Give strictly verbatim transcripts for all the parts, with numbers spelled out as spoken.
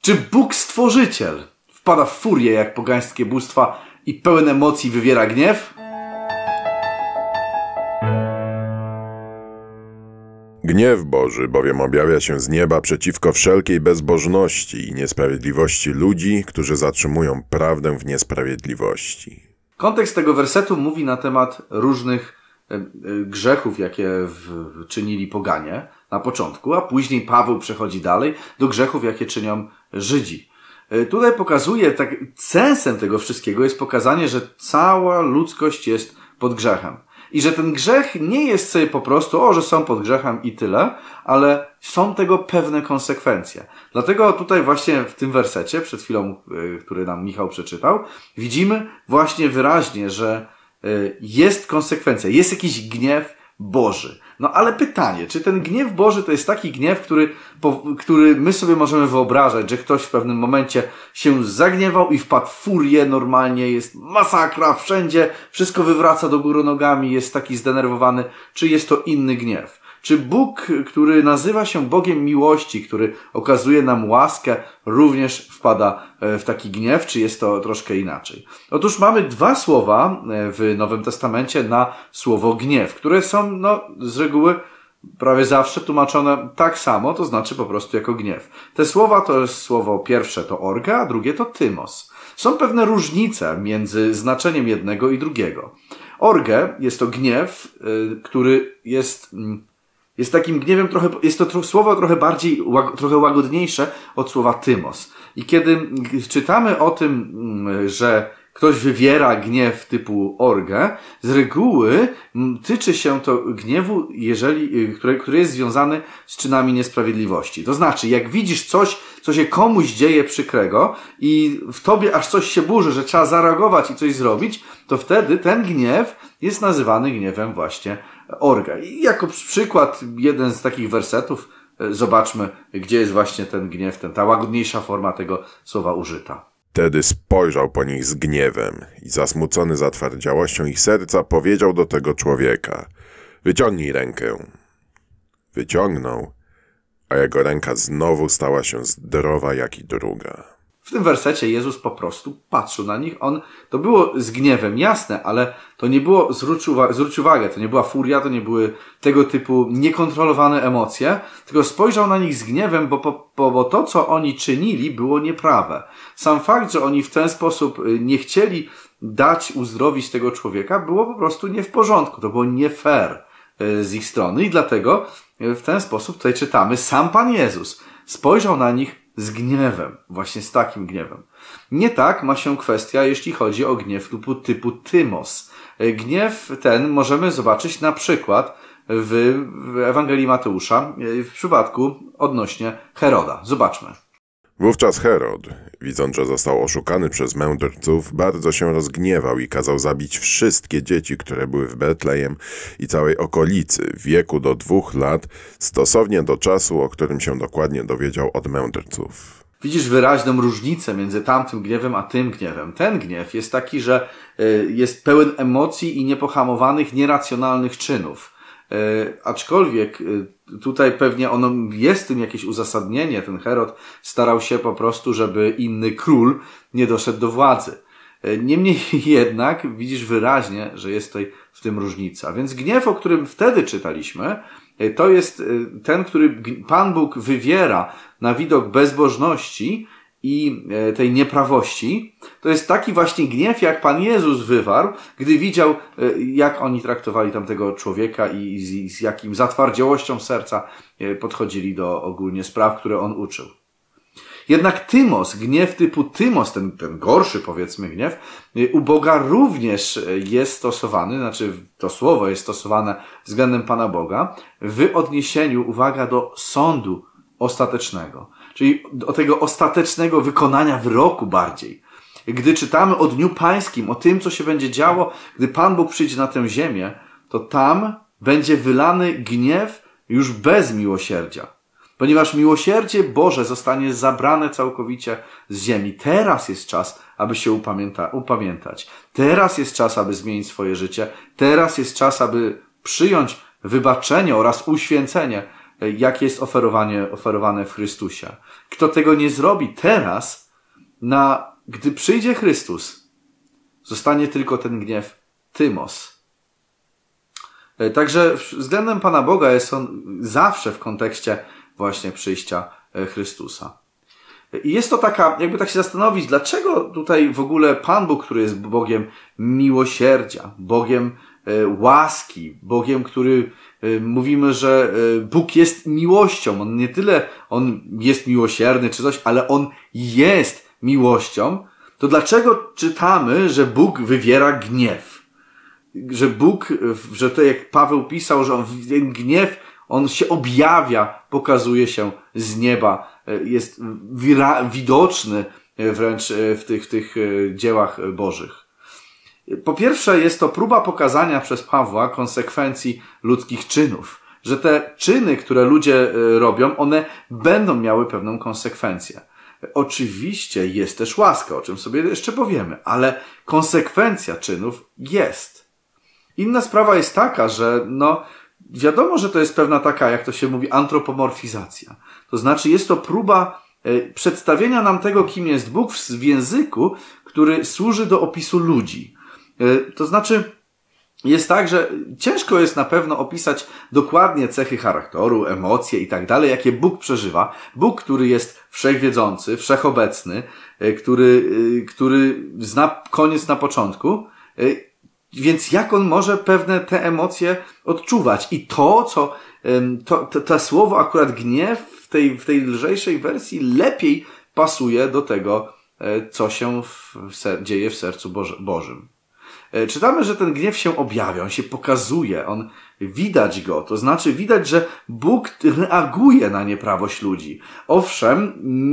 Czy Bóg Stworzyciel wpada w furię jak pogańskie bóstwa i pełen emocji wywiera gniew? Gniew Boży bowiem objawia się z nieba przeciwko wszelkiej bezbożności i niesprawiedliwości ludzi, którzy zatrzymują prawdę w niesprawiedliwości. Kontekst tego wersetu mówi na temat różnych grzechów, jakie w, czynili poganie na początku, a później Paweł przechodzi dalej do grzechów, jakie czynią Żydzi. Tutaj pokazuje, tak, sensem tego wszystkiego jest pokazanie, że cała ludzkość jest pod grzechem. I że ten grzech nie jest sobie po prostu, o, że są pod grzechem i tyle, ale są tego pewne konsekwencje. Dlatego tutaj właśnie w tym wersecie, przed chwilą, który nam Michał przeczytał, widzimy właśnie wyraźnie, że jest konsekwencja, jest jakiś gniew Boży. No ale pytanie, czy ten gniew Boży to jest taki gniew, który, po, który my sobie możemy wyobrażać, że ktoś w pewnym momencie się zagniewał i wpadł w furię normalnie, jest masakra wszędzie, wszystko wywraca do góry nogami, jest taki zdenerwowany, czy jest to inny gniew? Czy Bóg, który nazywa się Bogiem miłości, który okazuje nam łaskę, również wpada w taki gniew, czy jest to troszkę inaczej? Otóż mamy dwa słowa w Nowym Testamencie na słowo gniew, które są, no, z reguły prawie zawsze tłumaczone tak samo, to znaczy po prostu jako gniew. Te słowa to jest słowo pierwsze to orge, a drugie to tymos. Są pewne różnice między znaczeniem jednego i drugiego. Orge jest to gniew, który jest... Jest takim gniewem trochę, jest to tro, słowo trochę bardziej, łag, trochę łagodniejsze od słowa tymos. I kiedy czytamy o tym, że ktoś wywiera gniew typu orge, z reguły tyczy się to gniewu, jeżeli, który, który jest związany z czynami niesprawiedliwości. To znaczy, jak widzisz coś, co się komuś dzieje przykrego i w tobie aż coś się burzy, że trzeba zareagować i coś zrobić, to wtedy ten gniew jest nazywany gniewem właśnie orge. I jako przykład jeden z takich wersetów, zobaczmy, gdzie jest właśnie ten gniew, ten, ta łagodniejsza forma tego słowa użyta. Wtedy spojrzał po nich z gniewem i zasmucony zatwardziałością ich serca powiedział do tego człowieka: wyciągnij rękę. Wyciągnął, a jego ręka znowu stała się zdrowa jak i druga. W tym wersecie Jezus po prostu patrzył na nich. On, to było z gniewem, jasne, ale to nie było, zwróć uwagę, zwróć uwagę, to nie była furia, to nie były tego typu niekontrolowane emocje, tylko spojrzał na nich z gniewem, bo, bo, bo to, co oni czynili, było nieprawe. Sam fakt, że oni w ten sposób nie chcieli dać uzdrowić tego człowieka, było po prostu nie w porządku, to było nie fair z ich strony i dlatego w ten sposób tutaj czytamy, sam Pan Jezus spojrzał na nich z gniewem, właśnie z takim gniewem. Nie tak ma się kwestia, jeśli chodzi o gniew typu, typu tymos. Gniew ten możemy zobaczyć na przykład w, w Ewangelii Mateusza, w przypadku odnośnie Heroda. Zobaczmy. Wówczas Herod, widząc, że został oszukany przez mędrców, bardzo się rozgniewał i kazał zabić wszystkie dzieci, które były w Betlejem i całej okolicy w wieku do dwóch lat, stosownie do czasu, o którym się dokładnie dowiedział od mędrców. Widzisz wyraźną różnicę między tamtym gniewem a tym gniewem. Ten gniew jest taki, że jest pełen emocji i niepohamowanych, nieracjonalnych czynów. Aczkolwiek tutaj pewnie ono jest w tym jakieś uzasadnienie. Ten Herod starał się po prostu, żeby inny król nie doszedł do władzy. Niemniej jednak widzisz wyraźnie, że jest tutaj w tym różnica. Więc gniew, o którym wtedy czytaliśmy, to jest ten, który Pan Bóg wywiera na widok bezbożności i tej nieprawości. To jest taki właśnie gniew, jak Pan Jezus wywarł, gdy widział, jak oni traktowali tamtego człowieka i z, z jakim zatwardziałością serca podchodzili do ogólnie spraw, które on uczył. Jednak tymos, gniew typu tymos, ten, ten gorszy powiedzmy gniew, u Boga również jest stosowany, znaczy to słowo jest stosowane względem Pana Boga w odniesieniu, uwaga, do sądu ostatecznego. Czyli do tego ostatecznego wykonania wyroku bardziej. Gdy czytamy o Dniu Pańskim, o tym, co się będzie działo, gdy Pan Bóg przyjdzie na tę ziemię, to tam będzie wylany gniew już bez miłosierdzia. Ponieważ miłosierdzie Boże zostanie zabrane całkowicie z ziemi. Teraz jest czas, aby się upamięta, upamiętać. Teraz jest czas, aby zmienić swoje życie. Teraz jest czas, aby przyjąć wybaczenie oraz uświęcenie jakie jest oferowanie, oferowane w Chrystusie. Kto tego nie zrobi teraz, na, gdy przyjdzie Chrystus, zostanie tylko ten gniew tymos. Także względem Pana Boga jest on zawsze w kontekście właśnie przyjścia Chrystusa. I jest to taka, jakby tak się zastanowić, dlaczego tutaj w ogóle Pan Bóg, który jest Bogiem miłosierdzia, Bogiem e, łaski, Bogiem, który e, mówimy, że e, Bóg jest miłością. On nie tyle, on jest miłosierny czy coś, ale on jest miłością. To dlaczego czytamy, że Bóg wywiera gniew? Że Bóg, że to jak Paweł pisał, że on, ten gniew, on się objawia, pokazuje się z nieba, jest wira- widoczny wręcz w tych, w tych dziełach Bożych. Po pierwsze, jest to próba pokazania przez Pawła konsekwencji ludzkich czynów. Że te czyny, które ludzie robią, one będą miały pewną konsekwencję. Oczywiście jest też łaska, o czym sobie jeszcze powiemy, ale konsekwencja czynów jest. Inna sprawa jest taka, że no, wiadomo, że to jest pewna taka, jak to się mówi, antropomorfizacja. To znaczy jest to próba e, przedstawienia nam tego, kim jest Bóg w, w języku, który służy do opisu ludzi. E, to znaczy jest tak, że ciężko jest na pewno opisać dokładnie cechy charakteru, emocje i tak dalej, jakie Bóg przeżywa. Bóg, który jest wszechwiedzący, wszechobecny, e, który, e, który zna koniec na początku, e, więc jak on może pewne te emocje odczuwać? I to, co, to, to, to słowo akurat gniew w tej, w tej lżejszej wersji lepiej pasuje do tego, co się w, dzieje w sercu Boże, Bożym. Czytamy, że ten gniew się objawia, on się pokazuje, on widać go, to znaczy widać, że Bóg reaguje na nieprawość ludzi. Owszem,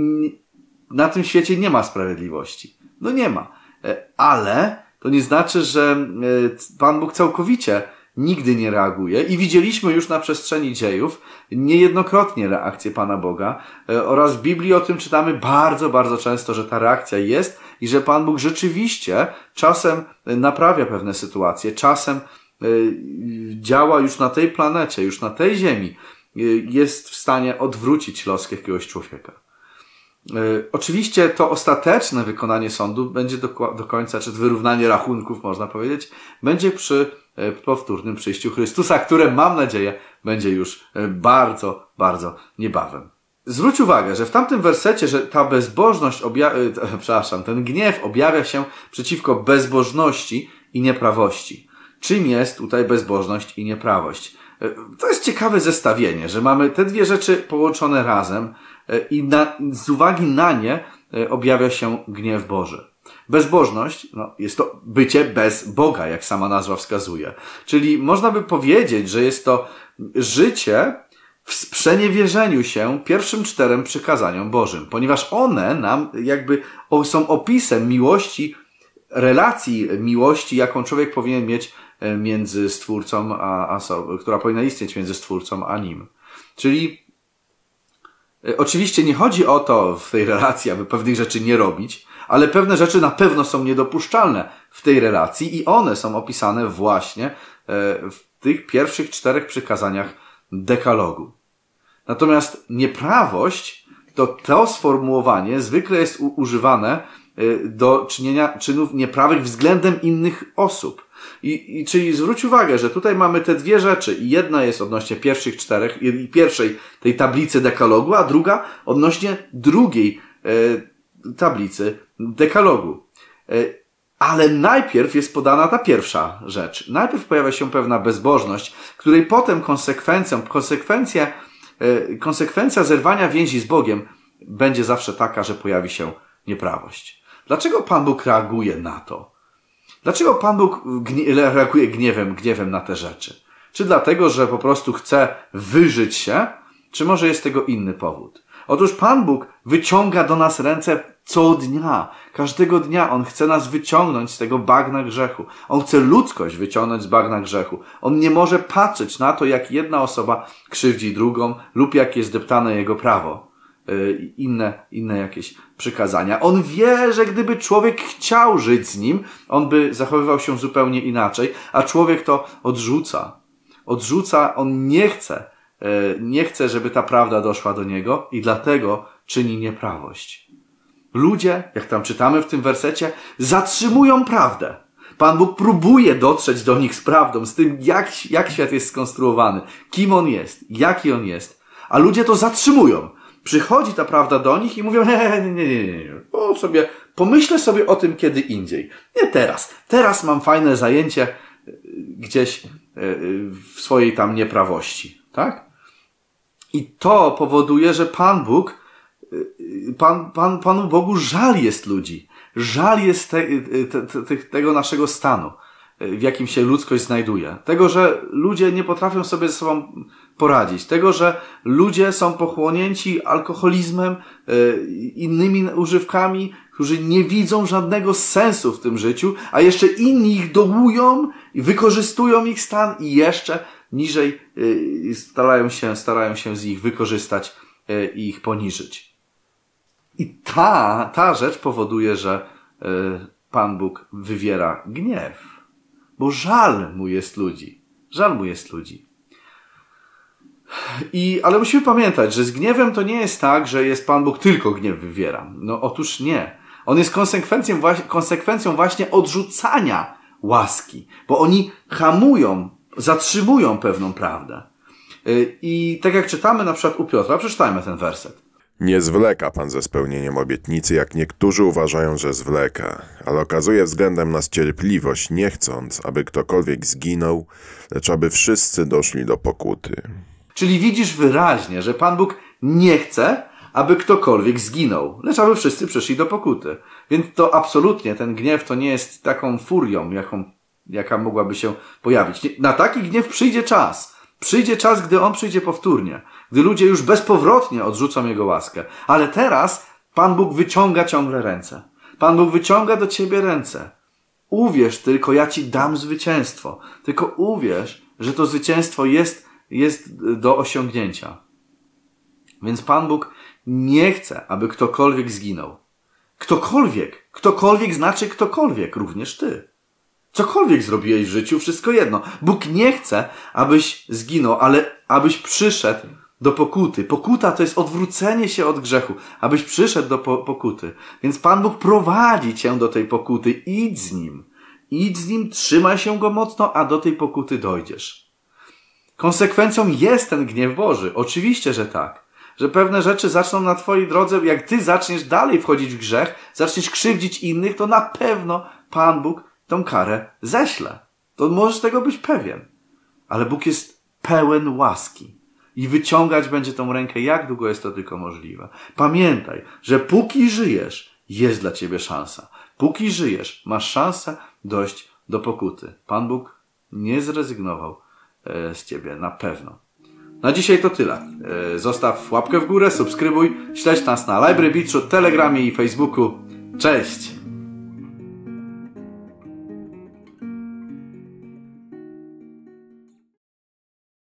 na tym świecie nie ma sprawiedliwości. No nie ma. Ale to nie znaczy, że Pan Bóg całkowicie nigdy nie reaguje i widzieliśmy już na przestrzeni dziejów niejednokrotnie reakcję Pana Boga oraz w Biblii o tym czytamy bardzo, bardzo często, że ta reakcja jest i że Pan Bóg rzeczywiście czasem naprawia pewne sytuacje, czasem działa już na tej planecie, już na tej ziemi, jest w stanie odwrócić los jakiegoś człowieka. Oczywiście to ostateczne wykonanie sądu będzie do, do końca, czy wyrównanie rachunków, można powiedzieć, będzie przy powtórnym przyjściu Chrystusa, które mam nadzieję będzie już bardzo, bardzo niebawem. Zwróć uwagę, że w tamtym wersecie, że ta bezbożność, obja- przepraszam, ten gniew objawia się przeciwko bezbożności i nieprawości. Czym jest tutaj bezbożność i nieprawość? To jest ciekawe zestawienie, że mamy te dwie rzeczy połączone razem i na, z uwagi na nie objawia się gniew Boży. Bezbożność, no, jest to bycie bez Boga, jak sama nazwa wskazuje. Czyli można by powiedzieć, że jest to życie w sprzeniewierzeniu się pierwszym czterem przykazaniom Bożym, ponieważ one nam jakby są opisem miłości, relacji miłości, jaką człowiek powinien mieć między Stwórcą, a, a która powinna istnieć między Stwórcą a Nim. Czyli oczywiście nie chodzi o to w tej relacji, aby pewnych rzeczy nie robić, ale pewne rzeczy na pewno są niedopuszczalne w tej relacji i one są opisane właśnie w tych pierwszych czterech przykazaniach dekalogu. Natomiast nieprawość, to to sformułowanie zwykle jest u- używane do czynienia czynów nieprawych względem innych osób. I, i czyli zwróć uwagę, że tutaj mamy te dwie rzeczy i jedna jest odnośnie pierwszych czterech, i pierwszej tej tablicy dekalogu, a druga odnośnie drugiej e, tablicy dekalogu. E, ale najpierw jest podana ta pierwsza rzecz. Najpierw pojawia się pewna bezbożność, której potem konsekwencją, konsekwencja, e, konsekwencja zerwania więzi z Bogiem będzie zawsze taka, że pojawi się nieprawość. Dlaczego Pan Bóg reaguje na to? Dlaczego Pan Bóg gnie- reaguje gniewem, gniewem na te rzeczy? Czy dlatego, że po prostu chce wyżyć się, czy może jest tego inny powód? Otóż Pan Bóg wyciąga do nas ręce co dnia. Każdego dnia On chce nas wyciągnąć z tego bagna grzechu. On chce ludzkość wyciągnąć z bagna grzechu. On nie może patrzeć na to, jak jedna osoba krzywdzi drugą lub jak jest deptane jego prawo. Inne, inne jakieś przykazania. On wie, że gdyby człowiek chciał żyć z nim, on by zachowywał się zupełnie inaczej, a człowiek to odrzuca. Odrzuca, on nie chce nie chce, żeby ta prawda doszła do niego i dlatego czyni nieprawość. Ludzie, jak tam czytamy w tym wersecie, zatrzymują prawdę. Pan Bóg próbuje dotrzeć do nich z prawdą, z tym, jak, jak świat jest skonstruowany, kim on jest, jaki on jest. A ludzie to zatrzymują. Przychodzi ta prawda do nich i mówią, nie, nie, nie, nie, nie. O, sobie, pomyślę sobie o tym kiedy indziej. Nie teraz. Teraz mam fajne zajęcie gdzieś w swojej tam nieprawości. Tak? I to powoduje, że Pan Bóg, Pan, Pan, Panu Bogu żal jest ludzi. Żal jest te, te, te, tego naszego stanu, w jakim się ludzkość znajduje. Tego, że ludzie nie potrafią sobie ze sobą poradzić. Tego, że ludzie są pochłonięci alkoholizmem, innymi używkami, którzy nie widzą żadnego sensu w tym życiu, a jeszcze inni ich dołują i wykorzystują ich stan i jeszcze niżej starają się, starają się z ich wykorzystać i ich poniżyć. I ta, ta rzecz powoduje, że y, Pan Bóg wywiera gniew. Bo żal mu jest ludzi. Żal mu jest ludzi. I, ale musimy pamiętać, że z gniewem to nie jest tak, że jest Pan Bóg tylko gniew wywiera. No otóż nie. On jest konsekwencją, konsekwencją właśnie odrzucania łaski. Bo oni hamują, zatrzymują pewną prawdę. Y, I tak jak czytamy na przykład u Piotra, przeczytajmy ten werset. Nie zwleka Pan ze spełnieniem obietnicy, jak niektórzy uważają, że zwleka, ale okazuje względem nas cierpliwość, nie chcąc, aby ktokolwiek zginął, lecz aby wszyscy doszli do pokuty. Czyli widzisz wyraźnie, że Pan Bóg nie chce, aby ktokolwiek zginął, lecz aby wszyscy przyszli do pokuty. Więc to absolutnie ten gniew to nie jest taką furią, jaką, jaka mogłaby się pojawić. Na taki gniew przyjdzie czas. Przyjdzie czas, gdy On przyjdzie powtórnie. Gdy ludzie już bezpowrotnie odrzucą Jego łaskę. Ale teraz Pan Bóg wyciąga ciągle ręce. Pan Bóg wyciąga do ciebie ręce. Uwierz tylko, ja ci dam zwycięstwo. Tylko uwierz, że to zwycięstwo jest, jest do osiągnięcia. Więc Pan Bóg nie chce, aby ktokolwiek zginął. Ktokolwiek. Ktokolwiek znaczy ktokolwiek, również ty. Cokolwiek zrobiłeś w życiu, wszystko jedno. Bóg nie chce, abyś zginął, ale abyś przyszedł do pokuty. Pokuta to jest odwrócenie się od grzechu. Abyś przyszedł do po- pokuty. Więc Pan Bóg prowadzi cię do tej pokuty. Idź z Nim. Idź z Nim, trzymaj się Go mocno, a do tej pokuty dojdziesz. Konsekwencją jest ten gniew Boży. Oczywiście, że tak. Że pewne rzeczy zaczną na twojej drodze, jak ty zaczniesz dalej wchodzić w grzech, zaczniesz krzywdzić innych, to na pewno Pan Bóg tą karę ześle. To możesz tego być pewien. Ale Bóg jest pełen łaski. I wyciągać będzie tą rękę, jak długo jest to tylko możliwe. Pamiętaj, że póki żyjesz, jest dla ciebie szansa. Póki żyjesz, masz szansę dojść do pokuty. Pan Bóg nie zrezygnował e, z ciebie, na pewno. Na dzisiaj to tyle. E, zostaw łapkę w górę, subskrybuj, śledź nas na Library Beachu, Telegramie i Facebooku. Cześć!